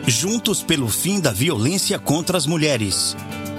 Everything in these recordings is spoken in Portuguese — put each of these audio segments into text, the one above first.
Juntos pelo fim da violência contra as mulheres.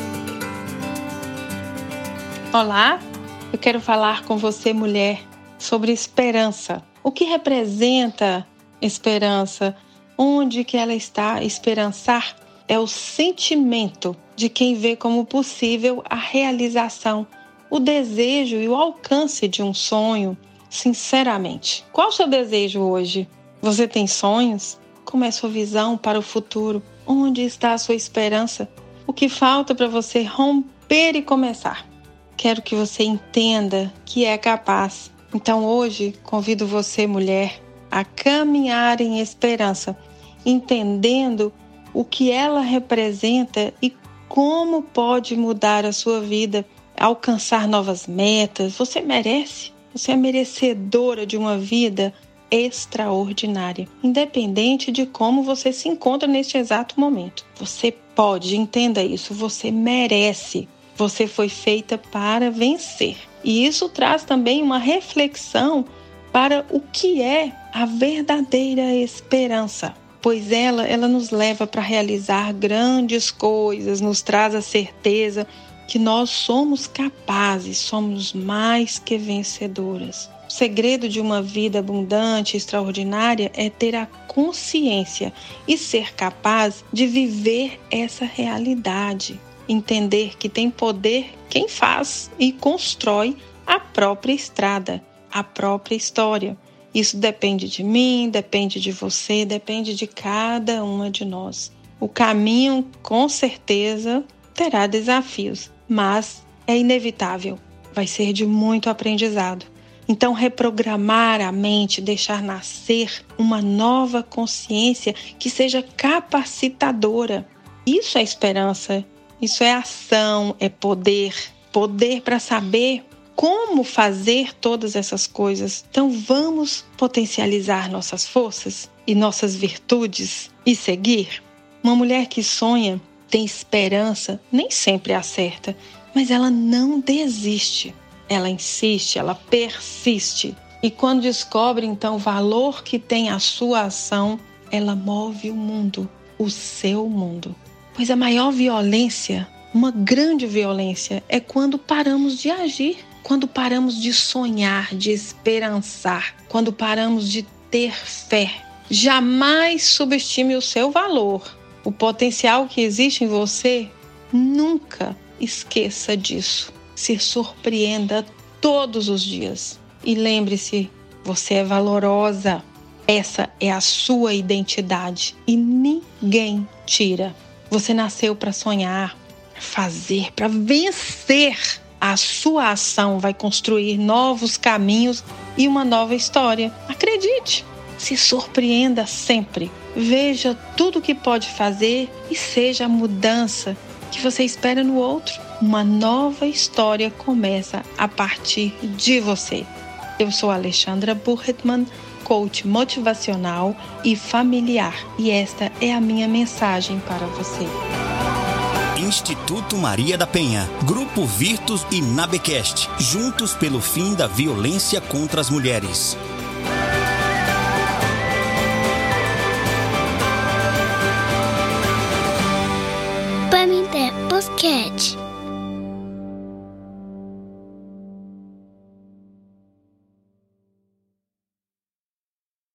Olá, eu quero falar com você, mulher, sobre esperança. O que representa esperança? Onde que ela está? Esperançar é o sentimento de quem vê como possível a realização, o desejo e o alcance de um sonho, sinceramente. Qual o seu desejo hoje? Você tem sonhos? Como é a sua visão para o futuro? Onde está a sua esperança? O que falta para você romper e começar? Quero que você entenda que é capaz. Então hoje convido você, mulher, a caminhar em esperança, entendendo o que ela representa e como pode mudar a sua vida, alcançar novas metas. Você merece, você é merecedora de uma vida extraordinária, independente de como você se encontra neste exato momento. Você pode, entenda isso, você merece. Você foi feita para vencer. E isso traz também uma reflexão para o que é a verdadeira esperança, pois ela nos leva para realizar grandes coisas, nos traz a certeza que nós somos capazes, somos mais que vencedoras. O segredo de uma vida abundante e extraordinária é ter a consciência e ser capaz de viver essa realidade. Entender que tem poder quem faz e constrói a própria estrada, a própria história. Isso depende de mim, depende de você, depende de cada uma de nós. O caminho, com certeza, terá desafios, mas é inevitável. Vai ser de muito aprendizado. Então, reprogramar a mente, deixar nascer uma nova consciência que seja capacitadora. Isso é esperança, isso é ação, é poder. Poder para saber como fazer todas essas coisas. Então, vamos potencializar nossas forças e nossas virtudes e seguir. Uma mulher que sonha, tem esperança, nem sempre acerta, mas ela não desiste. Ela insiste, ela persiste. E quando descobre, então, o valor que tem a sua ação, ela move o mundo, o seu mundo. Pois a maior violência, uma grande violência, é quando paramos de agir, quando paramos de sonhar, de esperançar, quando paramos de ter fé. Jamais subestime o seu valor, o potencial que existe em você. Nunca esqueça disso. Se surpreenda todos os dias. E lembre-se, você é valorosa. Essa é a sua identidade e ninguém tira. Você nasceu para sonhar, fazer, para vencer. A sua ação vai construir novos caminhos e uma nova história. Acredite, se surpreenda sempre. Veja tudo o que pode fazer e seja a mudança que você espera no outro. Uma nova história começa a partir de você. Eu sou Alexandra Burhetman, coach motivacional e familiar. E esta é a minha mensagem para você. Instituto Maria da Penha, Grupo Virtus e Nabecast, juntos pelo fim da violência contra as mulheres. Pamité Podcast.